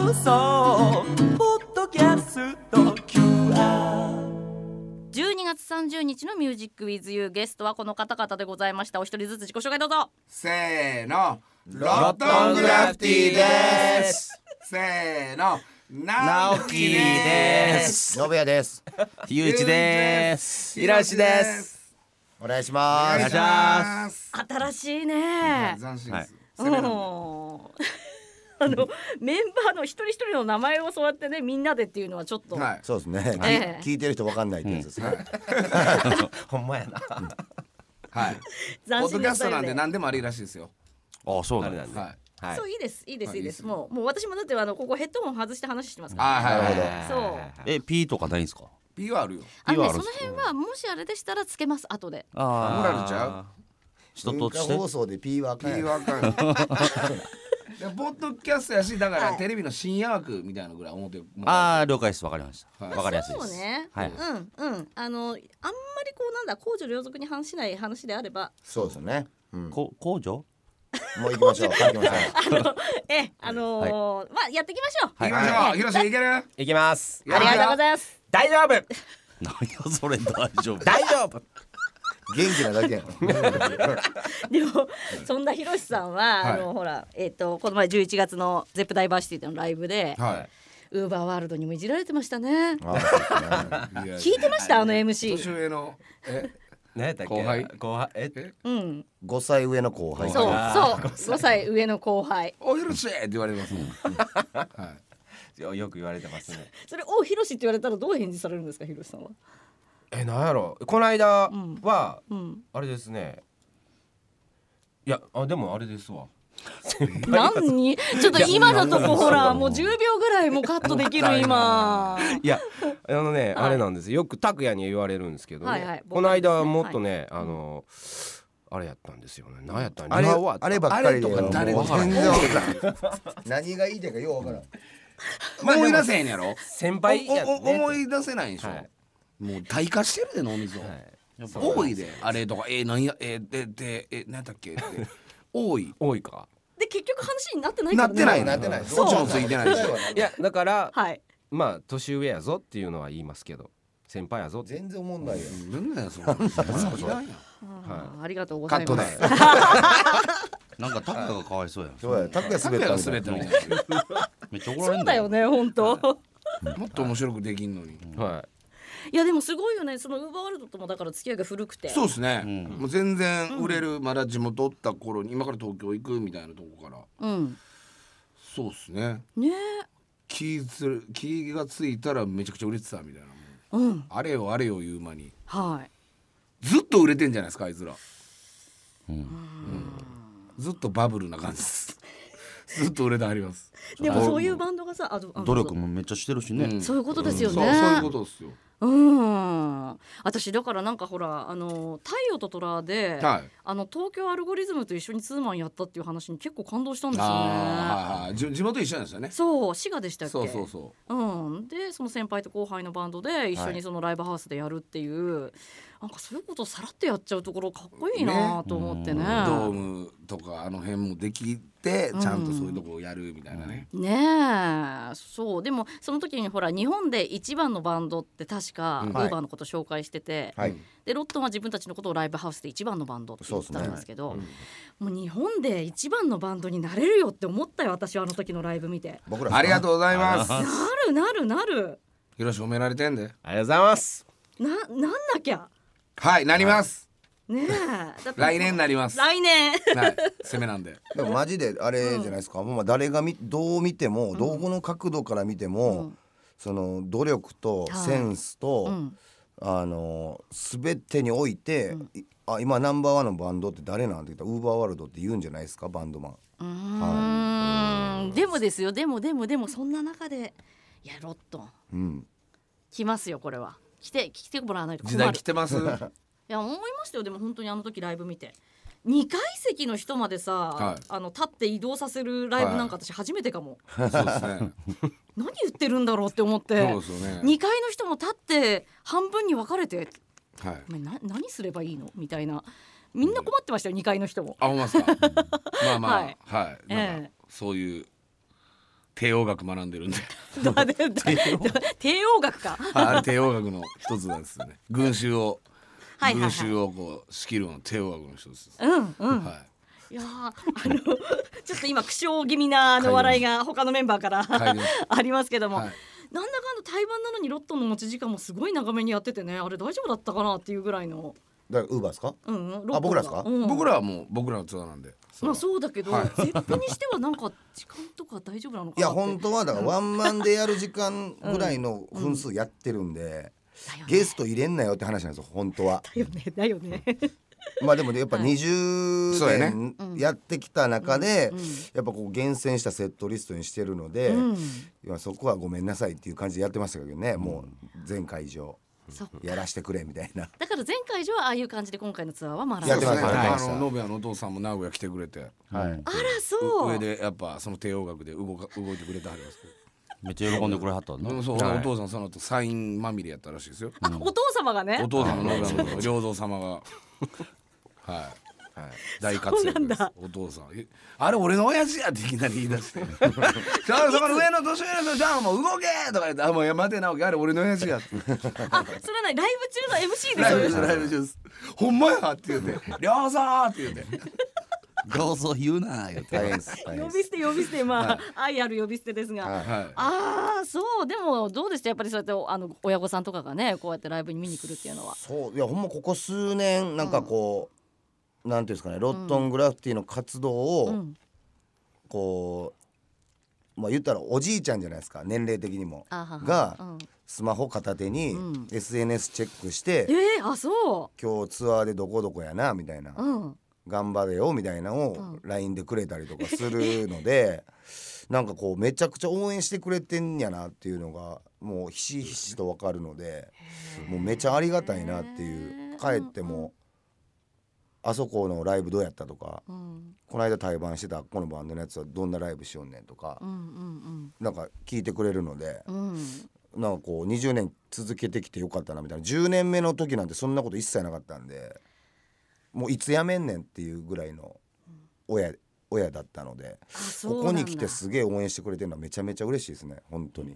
放送ポッドキャスト QR。 12月30日のミュージックウィズユー、ゲストはこの方々でございました。お一人ずつ自己紹介どうぞ。 せーの、ロットングラフティです。せーの、 直樹です。 信也です。 ゆういちです。 ひろしです。 お願いします。 お願いします。 新しいね。 斬新です。 メンバーの一人一人の名前をそうやってね、みんなでっていうのはちょっと、 はい、 そうですね、聞いてる人分かんないってやつですね、 ほんまやな。 はい。ポッドキャストなんで何でもありらしいですよ。 あ、そうなんだ。 はい。 そう、いいですいいですいいです。もう私もだってここヘッドホン外して話してますから。 あ、はい。 そう。 P とかないんですか？ P はあるよ。 その辺はもしあれでしたらつけます後で。 モラルちゃう？ 人として放送で P はあかん。 P はあかん。ポッドキャストやし、だからテレビの深夜枠みたいなぐらい思って。 ああ、了解です。わかりました。わかりやすいです。 そうね。 はい。 あんまり公序良俗に反しない話であれば。 そうですね。 公序？ もう行きましょう。 まあやっていきましょう。 行きましょう。ひろしいける？ 行きます。 ありがとうございます。 大丈夫。何よそれ、大丈夫。大丈夫。 元気なだけやでもそんなひろしさんは、ほらこの前11月のゼップダイバーシティでのライブで、ウーバーワールドにもいじられてましたね。聞いてました？MC 年上の後輩 5歳上の後輩。 そう5歳上の後輩。 おひろしって言われますもん。 よく言われてますね。 それおひろしって言われたらどう返事されるんですか、ひろしさんは？ なんやろ、この間はあれですね。いや、でもあれですわ。 何？ちょっと今のとこほらもう10秒ぐらいもカットできる今。 いやあれなんです。よく拓也に言われるんですけどね、この間はもっとね、あれやったんですよね。何やったん？ あればっかりで誰も全然分からん。何がいいてかよう分からん。 思い出せへんやろ。 先輩やね。 思い出せないでしょ。もう大化してるで脳みそ。多いであれとか何や何だっけって多いか。 で結局話になってないからね。なってない。そっちもついてないし。 いやだからまあ年上やぞっていうのは言いますけど、先輩やぞ。 全然思んないよ。 全然そう。 ありがとうございます。 なんかタクヤがかわいそうや。 そうや、タクヤ滑ったみたいな。 めっちゃ怒られるんだよ。 そうだよね、本当。 もっと面白くできんのに。 いやでもすごいよね、そのウーバーワールドともだから付き合いが古くて。 そうですね。もう全然売れる、まだ地元おった頃に今から東京行くみたいなとこから。そうですね。気がついたらめちゃくちゃ売れてたみたいな。あれよ言う間に。ずっと売れてんじゃないですか、あいつら。ずっとバブルな感じです。ずっと売れてあります。 でもそういうバンドがさ、 努力もめっちゃしてるしね。 そういうことですよね。 そういうことですよ。 私だからなんかほら太陽と虎で、東京アルゴリズムと一緒にツーマンやったっていう話に結構感動したんですよね。 地元一緒なんですよね。 そう、滋賀でしたっけ。 そうでその先輩と後輩のバンドで一緒にそのライブハウスでやるっていう、なんかそういうことをさらってやっちゃうところかっこいいなと思ってね。 ドームとかあの辺もできてちゃんとそういうとこをやるみたいなね。 そう。でもその時にほら日本で一番のバンドって確かウーバーのこと紹介してて、でロットンは自分たちのことをライブハウスで一番のバンドって言ったんですけど、もう日本で一番のバンドになれるよって思ったよ、私はあの時のライブ見て。 ありがとうございます。 なる。 ひろし褒められてんで。 ありがとうございます。 なんなきゃ。 はい、なります。来年なります。 来年。 攻めなんで。 でもマジであれじゃないですか。もう誰がどう見ても、どこの角度から見ても、その努力とセンスと全てにおいて、今ナンバーワンのバンドって誰なんて言ったらウーバーワールドって言うんじゃないですか、バンドマン。 でもですよ、でもそんな中でロットン来ますよ。これは来てもらわないと困る。 時代来てます。 いや思いましたよ。でも本当にあの時ライブ見て2階席の人までさ、立って移動させるライブなんか私初めてかも。 そうですね。 何言ってるんだろうって思って、2階の人も立って半分に分かれて、何すればいいのみたいな、みんな困ってましたよ、2階の人も。 あ、ほんまですか。まあはい、なんかそういう帝王学学んでるんで帝王学かあれ帝王学の一つなんですよね。群衆をこう仕切るの帝王学の一つです。 いやちょっと今苦笑気味な笑いが他のメンバーからありますけども、なんだかんだ対バンなのにロットンの持ち時間もすごい長めにやっててね、あれ大丈夫だったかなっていうぐらいの。 だからウーバーですか？僕らですか？ 僕らはもう僕らのツアーなんで。 まあそうだけど、ゼップにしてはなんか時間とか大丈夫なのかなって。 いや本当はだからワンマンでやる時間ぐらいの分数やってるんで、ゲスト入れんなよって話なんですよ本当は。 だよねまあでもやっぱ20年やってきた中でやっぱこう厳選したセットリストにしてるので、そこはごめんなさいっていう感じでやってましたけどね、もう全会場やらしてくれみたいな。 だから前回上はああいう感じで今回のツアーはまだやってました。 ノブヤのお父さんも名古屋来てくれて、 あらそう上でやっぱその帝王学で動いてくれてはりますけど、 めっちゃ喜んでくれはったの。 そう、お父さんその後サインまみれやったらしいですよ。 お父様がね、 お父さんのノブヤの良三様が大活躍です。お父さんあれ俺の親父やっていきなり言い出してそこの上の年上の人じゃあもう動けとか言って、もう待て直樹あれ俺の親父やってそれはライブ中の MC でライブ中ですほんまやって言って良三って言ってどうぞ言うなよ。 呼び捨てまあ愛ある呼び捨てですが、そうでもどうでしたやっぱりそうやって親御さんとかがねこうやってライブに見に来るっていうのは。 そういやほんまここ数年なんかこう、なんていうんですかね、ロットングラフィティの活動をこうまあ言ったらおじいちゃんじゃないですか、年齢的にもがスマホ片手に SNS チェックしてそう今日ツアーでどこどこやなみたいな、頑張れよみたいなのを LINE でくれたりとかするのでなんかこうめちゃくちゃ応援してくれてんやなっていうのがもうひしひしと分かるので、もうめちゃありがたいなっていう。帰ってもあそこのライブどうやったとか、この間対バンしてたこのバンドのやつはどんなライブしようねんとか、なんか聞いてくれるので、なんかこう20年続けてきてよかったなみたいな。10年目の時なんてそんなこと一切なかったんで、もういつやめんねんっていうぐらいの親だったので、ここに来てすげえ応援してくれてるのはめちゃめちゃ嬉しいですね本当に。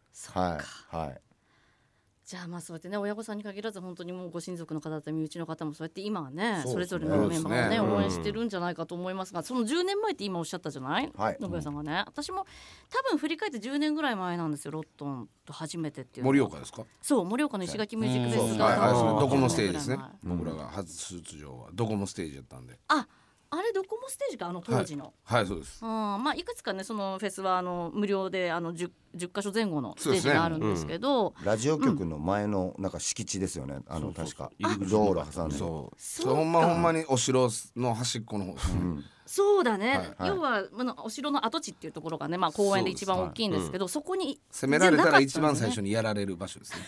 じゃあまあそうやってね親御さんに限らず本当にもうご親族の方だったり身内の方もそうやって今はねそれぞれのメンバーをね応援してるんじゃないかと思いますが、その10年前って今おっしゃったじゃない、信也さんがね。私も多分振り返って10年ぐらい前なんですよ、ロットンと初めてっていうのは。 盛岡ですか？ そう盛岡の石垣ミュージックフェスがドコモステージですね。僕らが初出場はドコモステージやったんで。 あれドコモステージか当時の。 はいそうです。 まあいくつかねそのフェスは無料で10カ所前後のステージがあるんですけど、 ラジオ局の前のなんか敷地ですよね、確か道路挟んで。 そうほんまにお城の端っこの方ですね。 そうだね、要はお城の跡地っていうところがね、まあ、公園で一番大きいんですけど、そこに攻められたら一番最初にやられる場所ですね。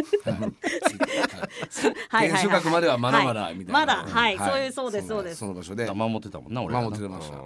天守閣まではまだまだみたいな、 まだそうですその場所で守ってたもんな。俺守ってました。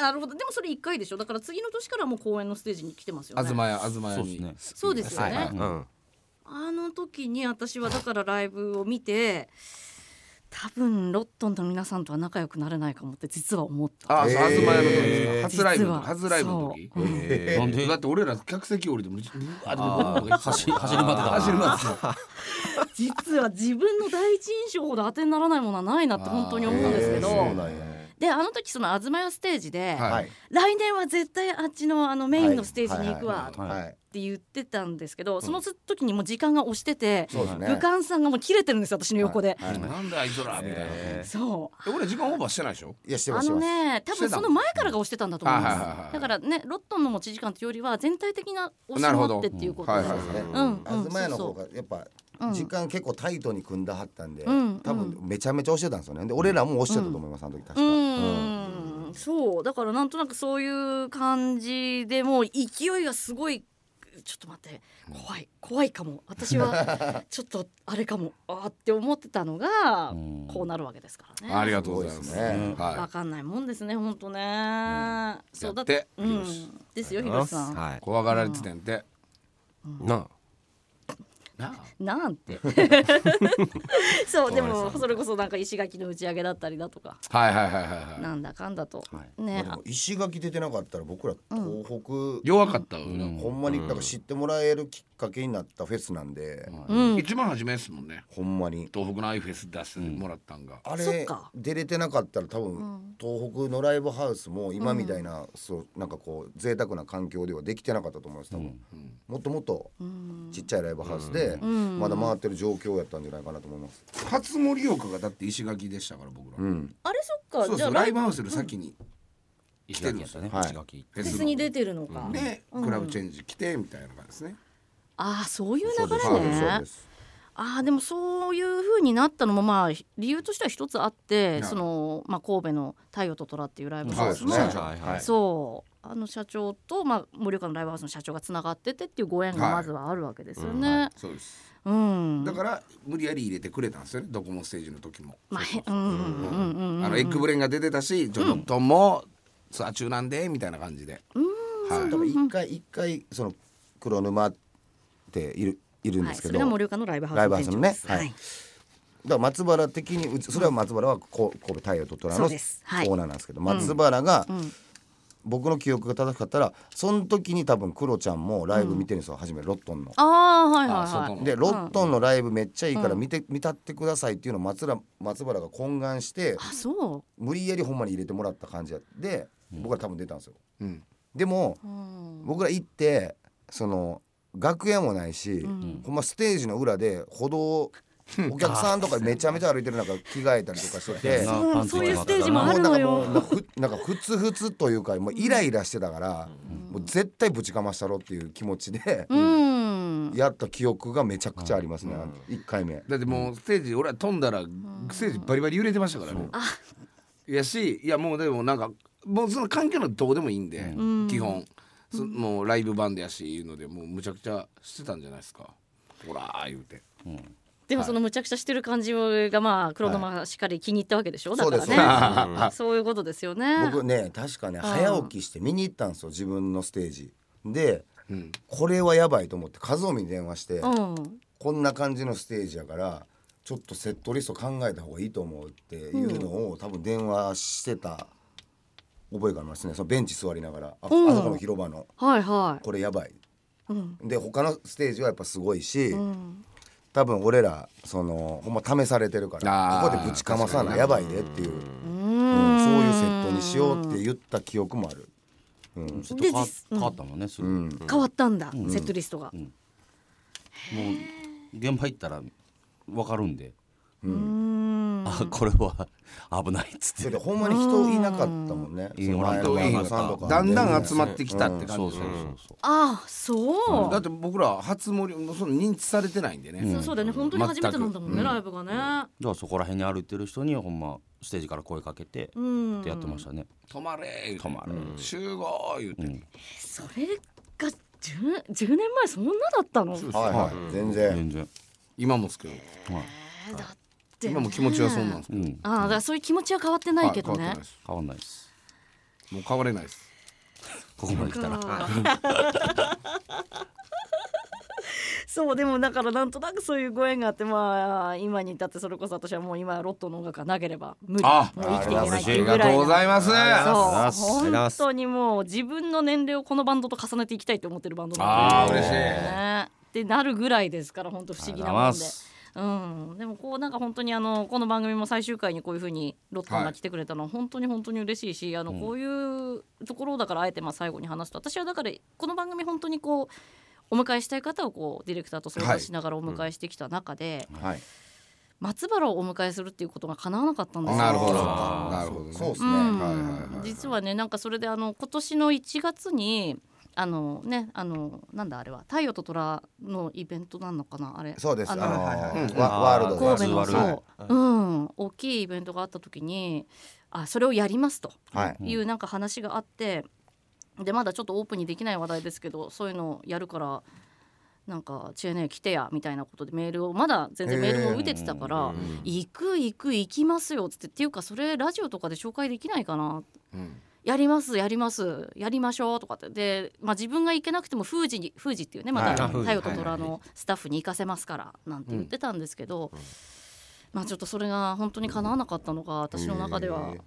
なるほど。でもそれ1回でしょ。だから次の年からもう公園のステージに来てますよね。 東屋に。 そうですよね。あの時に私はだからライブを見て多分ロットンの皆さんとは仲良くなれないかもって実は思った。 東屋の時初ライブの時。だって俺ら客席降りても走り回ってた。 実は自分の第一印象ほど当てにならないものはないなって本当に思うんですけど。であの時その東屋ステージで、来年は絶対あっちのメインのステージに行くわって言ってたんですけど、その時にもう時間が押してて、武漢さんがもう切れてるんですよ私の横で。 なんだあいつらみたいな。 そう俺時間オーバーしてないでしょ。 いやしてます。 多分その前からが押してたんだと思います。だからねロットンの持ち時間というよりは全体的な押し持ってっていうことですね。 東屋の方がやっぱ時間結構タイトに組んだはったんで、多分めちゃめちゃ押してたんですよね。で俺らも押してたと思います、あの時確か。 そうだからなんとなくそういう感じでもう勢いがすごい。ちょっと待って怖いかも私はちょっとあれかもって思ってたのがこうなるわけですからね。 ありがとうございますね。 分かんないもんですね本当ね。 そうだってですよ広瀬さん。 怖がられててんてななんてそうでもそれこそなんか石垣の打ち上げだったりだとか、なんだかんだと、 ね、でも石垣出てなかったら僕ら東北、 弱かった、 ほんまにだから知ってもらえるきっかけになったフェスなんで、 一番初めですもんね、 ほんまに東北のアイフェス出してもらったんが、 あれ出れてなかったら多分、東北のライブハウスも今みたいな、そうなんかこう贅沢な環境ではできてなかったと思います多分、もっともっとちっちゃいライブハウスでまだ回ってる状況やったんじゃないかなと思います。 初盛岡がだって石垣でしたから僕ら、 あれそっか、 そうそうライブハウスより先に石垣やったね、石垣フェスに出てるのかで、クラブチェンジ来てみたいな感じですね。 ああそういう流れね。でもそういう風になったのもまあ理由としては一つあって、その神戸の太陽と虎っていうライブハウスのそう社長と盛岡のライブハウスの社長がつながっててっていうご縁がまずはあるわけですよね。 そうです。だから無理やり入れてくれたんですよね、ドコモステージの時も。エッグブレンが出てたし、ジョノットンもツアー中なんでみたいな感じで。 一回その黒沼っているんですけど、 それが盛岡のライブハウスのね。だから松原的にそれは松原は神戸太陽と虎のオーナーなんですけど、松原が僕の記憶が正しかったらその時に多分クロちゃんもライブ見てるんですよ、初めロットンの。でロットンのライブめっちゃいいから見たってくださいっていうのを松原が懇願して無理やりほんまに入れてもらった感じで僕ら多分出たんですよ。でも僕ら行ってその楽屋もないし、ほんまステージの裏で歩道お客さんとかめちゃめちゃ歩いてる中着替えたりとかしててそういうステージもあるのよ。 なんかふつふつというかもうイライラしてたから、もう絶対ぶちかましたろっていう気持ちでやった記憶がめちゃくちゃありますね、1回目。 だってもうステージ俺ら飛んだらステージバリバリ揺れてましたからね。やし、いやもうでもなんかもうその環境のどうでもいいんで、基本もうライブバンドやしいうのでもうむちゃくちゃしてたんじゃないですか、ほら言うて。 でもそのむちゃくちゃしてる感じが黒沼しっかり気に入ったわけでしょ。だからねそういうことですよね。 僕ね確かね早起きして見に行ったんですよ、自分のステージで。これはやばいと思って和臣に電話して、こんな感じのステージやからちょっとセットリスト考えた方がいいと思うっていうのを多分電話してた覚えがありますね。そのベンチ座りながらあそこの広場の、これやばい、で他のステージはやっぱすごいし、多分俺らそのほんま試されてるからここでぶちかまさなやばいでっていう、そういうセットにしようって言った記憶もある。 ちょっと変わったもんね、 変わったんだ、セットリストが。もう現場行ったら分かるんで、これは危ないっつって。 ほんまに人いなかったもんね。 だんだん集まってきたって感じ。 そうだって僕ら初盛りその認知されてないんでね。 そうだね、本当に初めてなんだもんね、ライブがね。だからそこら辺に歩いてる人にほんまステージから声かけてってやってましたね。 止まれ止まれ集合言うて。 それが10年前そんなだったの？ 全然今もですけど、今も気持ちはそうなんですけど、 だからそういう気持ちは変わってないけどね。 変わんないです。 もう変われないです、 ここまで来たら。 そうでもだからなんとなくそういうご縁があって、今に至ってそれこそ私はもう今ロットの音楽がなければ無理、もう生きていけないっていうぐらい。 ありがとうございます。 そう本当にもう自分の年齢をこのバンドと重ねていきたいと思ってるバンドなんで、 嬉しいってなるぐらいですから、本当不思議なもんで。でもこうなんか本当にこの番組も最終回にこういう風にロットンが来てくれたのは本当に本当に嬉しいし、こういうところだからあえて最後に話すと、私はだからこの番組本当にこうお迎えしたい方をディレクターと相談しながらお迎えしてきた中で、松原をお迎えするっていうことが叶わなかったんですよ。 なるほどなるほど、 そうですね。 実はね、なんかそれで今年の1月になんだあれは太陽と虎のイベントなのかな、あれ。 そうです、ワールド神戸のそう大きいイベントがあった時にそれをやりますというなんか話があって、でまだちょっとオープンにできない話題ですけど、そういうのをやるからなんか知恵ね来てやみたいなことでメールをまだ全然メールも打ててたから、行きますよっつって、っていうかそれラジオとかで紹介できないかな、 やりますやりますやりましょうとかってで、自分が行けなくても封じっていうねまた太陽と虎のスタッフに行かせますからなんて言ってたんですけど、ちょっとそれが本当に叶わなかったのが私の中では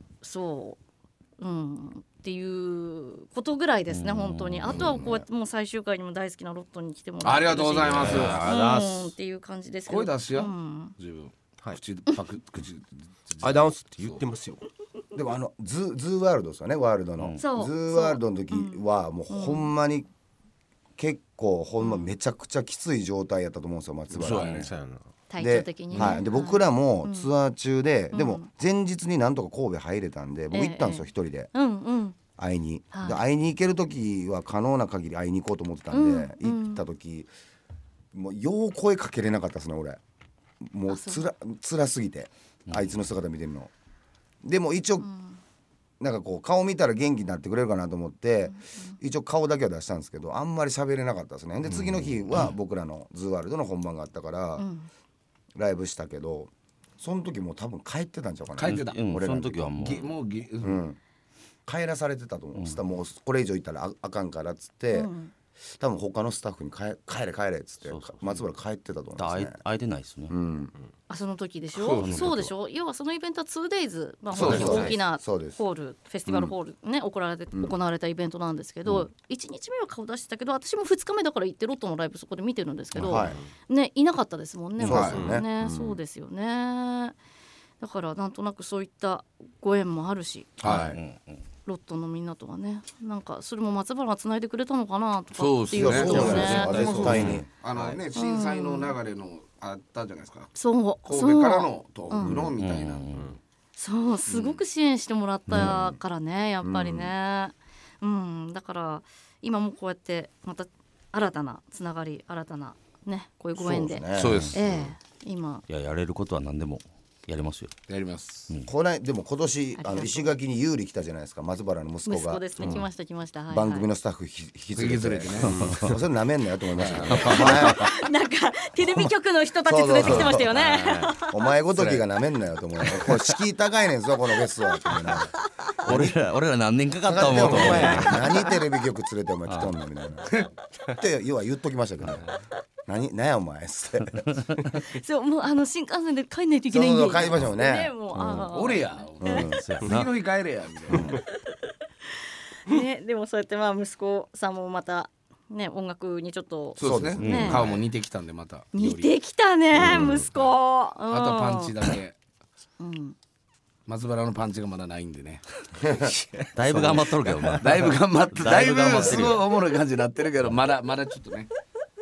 っていうことぐらいですね本当に。あとはこうやってもう最終回にも大好きなロットに来てもらってありがとうございますっていう感じですけど声出しや自分口パク口アダウンスって言ってますよ。 でもズーワールドですよねワールドのズーワールドの時はもうほんまに結構ほんまめちゃくちゃきつい状態やったと思うんですよ松原。 そうやね体調的にね。 で僕らもツアー中ででも前日になんとか神戸入れたんで僕行ったんですよ一人で会いに。で会いに行ける時は可能な限り会いに行こうと思ってたんで行った時もうよう声かけれなかったですね俺。もう辛すぎてあいつの姿見てるの。でも一応なんかこう顔見たら元気になってくれるかなと思って一応顔だけは出したんですけどあんまり喋れなかったですね。で次の日は僕らのズーワールドの本番があったからライブしたけどその時もう多分帰ってたんちゃうかな。 帰ってた俺その時はもう帰らされてたと思う。もうこれ以上行ったらあかんからっつって多分他のスタッフに帰れっつって松原帰ってたと思うんですね。 会えてないですね。 その時でしょ。そうでしょ。要はそのイベントは 2days 本当に大きなホールフェスティバルホールね行われたイベントなんですけど1日目は顔出してたけど私も2日目だから行ってロットのライブそこで見てるんですけどねいなかったですもんね。そうですよね。だからなんとなくそういったご縁もあるしロットのみんなとはねなんかそれも松原がつないでくれたのかなとかっていうことですね。 絶対に震災の流れのあったじゃないですか。 そう神戸からの東北のみたいな。 そうすごく支援してもらったからねやっぱりね。だから今もこうやってまた新たなつながり新たなねこういうご縁でそうです。 今やれることは何でもやりますよ。 やります。 でも今年石垣に有利来たじゃないですか松原の息子が。 息子ですね来ました番組のスタッフ引き連れてね。それなめんなよと思いましたけど。 なんかテレビ局の人たち連れてきてましたよね。 お前ごときがなめんなよと思う。これ敷居高いねんぞこのフェスは。 俺ら何年かかった思うと。 何テレビ局連れてお前来とんのみたいな。って要は言っときましたけど。何やお前っつって。 そうもう新幹線で帰んないといけないんで。 そう帰りましょうね。 俺や。次の日帰れやみたいな。 ねでもそうやって息子さんもまたね音楽にちょっとそうですね。顔も似てきたんでまた。 似てきたね息子。あとパンチだけ。松原のパンチがまだないんでね。 だいぶ頑張っとるけどな。 だいぶ頑張ってだいぶすごいおもろい感じになってるけどまだちょっとね。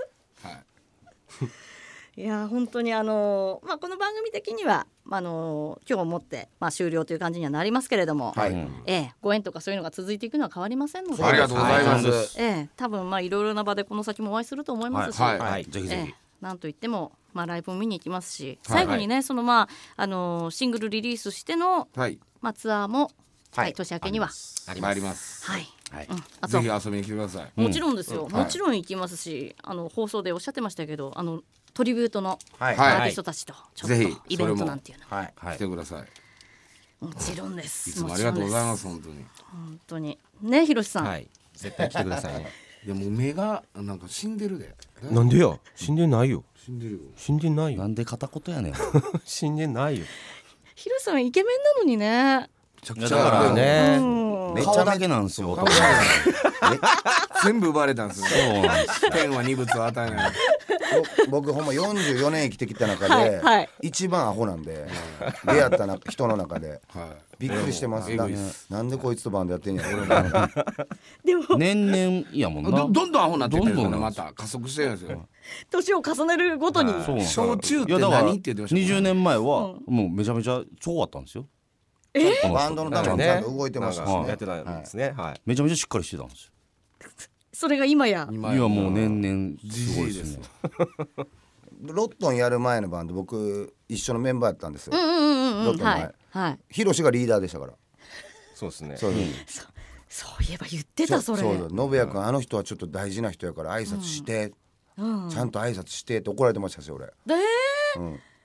いや本当にこの番組的には今日をもって、終了という感じにはなりますけれども、ご縁とかそういうのが続いていくのは変わりませんのでありがとうございます。 多分いろいろな場でこの先もお会いすると思いますし、 ぜひぜひなんといっても、ライブも見に行きますし、最後にねそのシングルリリースしての、ツアーも、年明けにはあります。ぜひ遊びに来てください。 もちろんですよ、もちろん行きますし放送でおっしゃってましたけどトリビュートのアーティストたちとちょっとイベントなんていうの来てください。 もちろんです。 いつもありがとうございます本当にねひろしさん、 絶対来てくださいね。 でも目がなんか死んでるで。 なんでよ死んでないよ。 死んでるよ。 死んでないよ。 なんで片言やねん。 死んでないよ。 ひろしさんイケメンなのにね。 だからね顔だけなんですよ。 全部奪われたんですよ。 そうなんですよ。 天は二物を与えない。 僕ほんま44年生きてきた中で一番アホなんで出会った人の中でびっくりしてます。なんでこいつとバンドやってんやろ。 でも年々いやもんな。 どんどんアホになってるんですよね。また加速してるんですよ。 年を重ねるごとに。 焼酎って何って言ってました。 20年前はもうめちゃめちゃ超あったんですよ。 バンドのためにちゃんと動いてましたしね。 やってたんですね。 めちゃめちゃしっかりしてたんですよ。 それが今やもう年々すごいですね。 ロットンやる前のバンド僕一緒のメンバーやったんですよ。ロットン前ヒロシがリーダーでしたから。 そうですね。 そういえば言ってたそれ。 信也君あの人はちょっと大事な人やから挨拶してちゃんと挨拶してって怒られてましたし俺。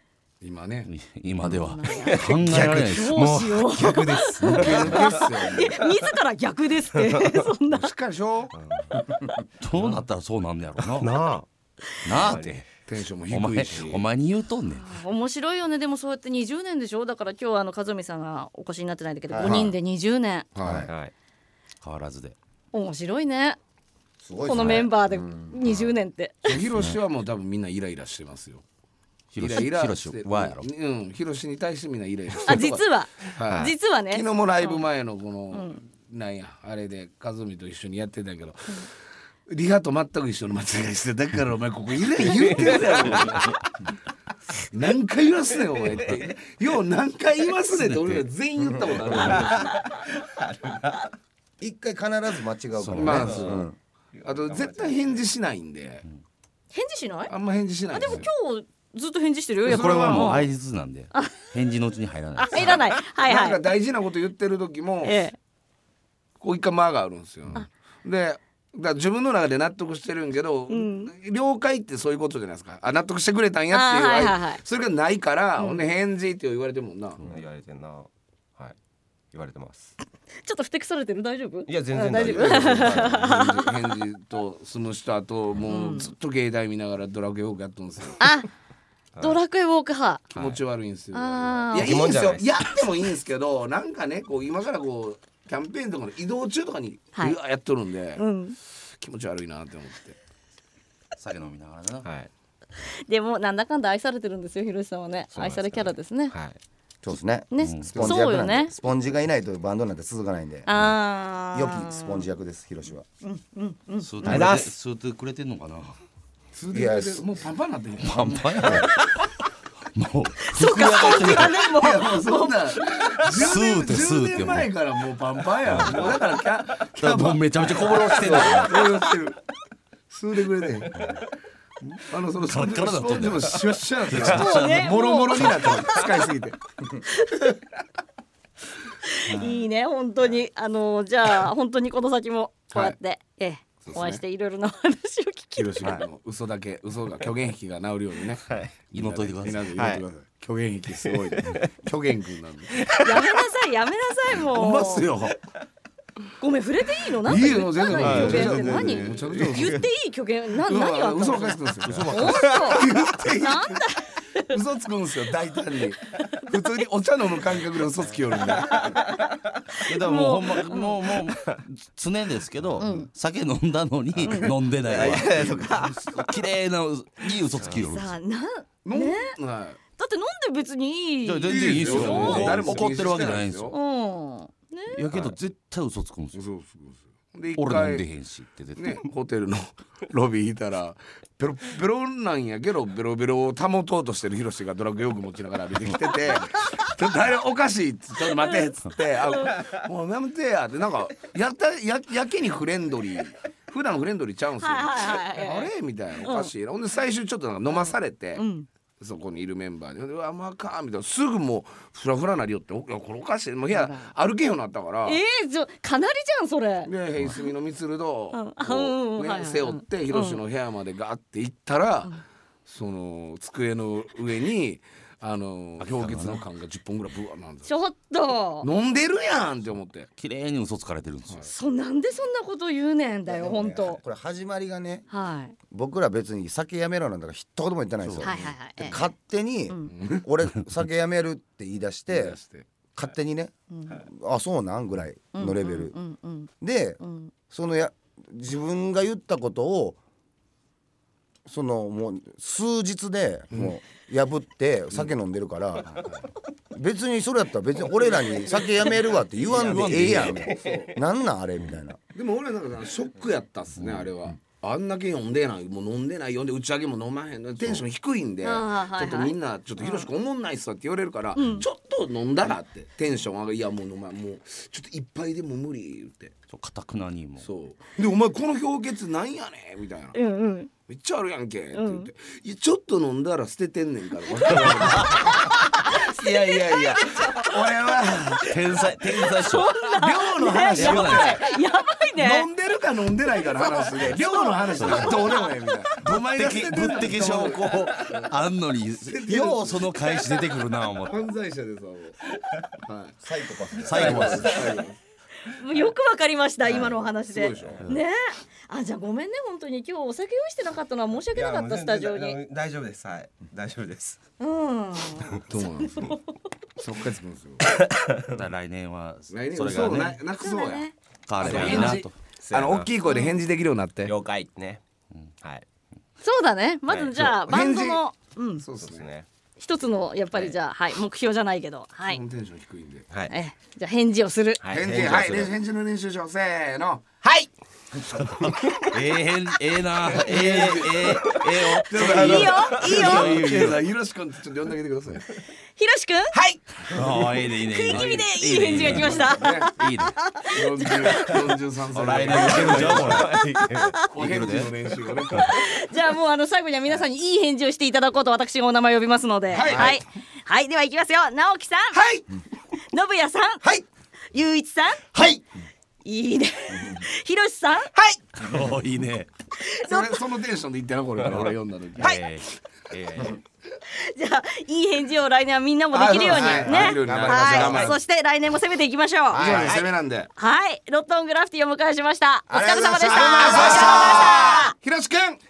今ね今では考えられないです。 どうしよう逆です。 逆ですよ自ら逆ですってそんなしっかりしょどうなったらそうなんねやろな。 ななあってテンションも低いしお前に言うとんねん。 面白いよね。でもそうやって20年でしょ。だから今日和美さんがお越しになってないんだけど、5人で20年、 はい変わらずで面白いね。 すごいですね。 このメンバーで20年って、 ヒロシはもう多分みんなイライラしてますよ。 ヒロシはやろ。 ヒロシに対してみんなイライラしてる。 実は、 はい実はね、 昨日もライブ前のこの、なんやあれで和美と一緒にやってたけど、リハと全く一緒の間違いしてだからお前ここイライラ言ってるだろ何回言わすねんお前ってよう何回言わすねんって俺ら全員言ったことある一回必ず間違うからね。 まあそうあと絶対返事しないんで、 返事しない？ あんま返事しないんでも今日ずっと返事してるよ。 いやこれはもう相槌なんで返事のうちに入らない。 入らない。はいはい。 なんか大事なこと言ってる時も、こう一回間があるんですよ。でだから自分の中で納得してるんけど、了解ってそういうことじゃないですか。納得してくれたんやっていう、それがないから、ほんで返事って言われてるもんな。 言われてんな。はい言われてます。 ちょっとふてくされてる？大丈夫？ いや全然大丈夫。 返事と済む人ともうずっと携帯見ながらドラクエウォークやっとんですよ。 ドラクエウォーク派。 気持ち悪いんですよ。いやいいんですよ。やってもいいんですけど、なんかねこう今からこうキャンペーンとかの移動中とかにやっとるんで、気持ち悪いなって思って。 酒飲みながらな。 でもなんだかんだ愛されてるんですよ。ひろしさんはね、愛されキャラですね。 そうですね。スポンジそうよね。 スポンジがいないとバンドなんて続かないんで。良きスポンジ役です。ひろしは。 吸ってくれてんのかな。 いやもうパンパンなってる。 パンパンやね。もうそうかスポンジがねもうそんな 10 年前からもうパンパンや。もうだからもうめちゃめちゃこぼろしてる。 吸うてくれて。そのスポンジもシュワシュワってもろもろになって使いすぎて。 いいね本当にじゃあ本当にこの先もこうやってお会いしていろいろな話を聞き広島の嘘が虚言癖が治るようにね祈っといてください。 虚言癖すごい虚言君なんでやめなさいもうほんますよ。 ごめん触れていいの？ いいよ全然虚言って何？言っていい虚言何があったの？ 嘘ばかりつくんですよ。 なんだ嘘つくんですよ大胆に。普通にお茶飲む感覚で嘘つきよるんで。 だからもうほんまもう常ですけど、酒飲んだのに飲んでないわ。綺麗ないい嘘つきよる。 さあね。だって飲んで別にいい。 全然いいですよ。 誰も怒ってるわけじゃないんですよ。やけど絶対嘘つくんですよ。俺飲んでへんしって絶対。 ホテルのロビーいたらベロベロなんやけどベロベロを保とうとしてるヒロシがドラッグ用具持ちながら歩いてきててちょっとあれおかしいっつってちょっと待てっつってもうやめてやってなんかやけにフレンドリー普段フレンドリーちゃうんすよ。あれみたいなおかしいな。ほんで最終ちょっとなんか飲まされて。そこにいるメンバーで「うわまあか」みたいなすぐもうフラフラなりよって「いやこれおかしい」もう部屋歩けんようになったからかなりじゃんそれでヘイスミのみつると背負ってヒロシの部屋までガーって行ったらその机の上に氷結の缶が10本ぐらいブワーなんです。 ちょっと飲んでるやんって思って綺麗に嘘つかれてるんですよ。 なんでそんなこと言うねんだよ本当。 これ始まりがね僕ら別に酒やめろなんだから一言も言ってないんですよ。勝手に俺酒やめるって言い出して勝手にねあそうなんぐらいのレベルでその自分が言ったことをそのもう数日でもう破って酒飲んでるから別にそれやったら別に俺らに酒やめるわって言わんでええやんなんなんあれみたいな。 でも俺なんかショックやったっすねあれは。あんだけ飲んでないもう飲んでないよんで打ち上げも飲まへんテンション低いんでちょっとみんなちょっとひろしくおもんないっすわって言われるからちょっと飲んだらってテンション上がるいやもうお前もうちょっと一杯でも無理言ってかたくなにもそうでお前この氷結なんやねんみたいなめっちゃあるやんけって言っていやちょっと飲んだら捨ててんねんからいやいやいや俺は天才っしょ。 量の話やばいね。 飲んでるか飲んでないかの話で量の話とかどうでもええみたいな。 物的証拠あんのにようその返し出てくるな思って。 犯罪者ですわ。はい。 サイコパス。 最後はよくわかりました、今のお話で。 そうでしょね。あ、じゃあごめんね、本当に今日お酒用意してなかったのは申し訳なかった、スタジオに。 大丈夫です。はい、大丈夫です。 うん。 そうなんですよ。そっかりつくんですよ。 来年はそれそうがねなくそうや。 変わればいいなと。 大きい声で返事できるようになって。 了解ね。はい。 そうだね。まずじゃあバンドのそうですね。 一つのやっぱりじゃあはい目標じゃないけどはい。 テンション低いんで。 はい。 じゃあ返事をする。 返事の練習しよう。せーの。 はい。 ええな。 いいよ。 ひろし君ちょっと呼んであげてください。 ひろしくん。 はい。 ああいいねいいね。 食い気味でいい返事が来ました。 いいね。 43歳。 来年いけるんじゃんこれ。 お返事の練習がね。 じゃあもう最後には皆さんにいい返事をしていただこうと私がお名前を呼びますので。はいではいきますよ。直樹さん。 はい。 信也さん。 はい。 ゆういちさん。 はい。 いいね。ひろしさん。 はい。 おいいね。 そのテンションで言ってなこれから俺読んだ時。 はい。 じゃあいい返事を来年はみんなもできるようにね。はい。そして来年も攻めていきましょう。 攻めなんで。 はい。ロットングラフィティをお迎えしました。お疲れ様でした。 ひろしくん。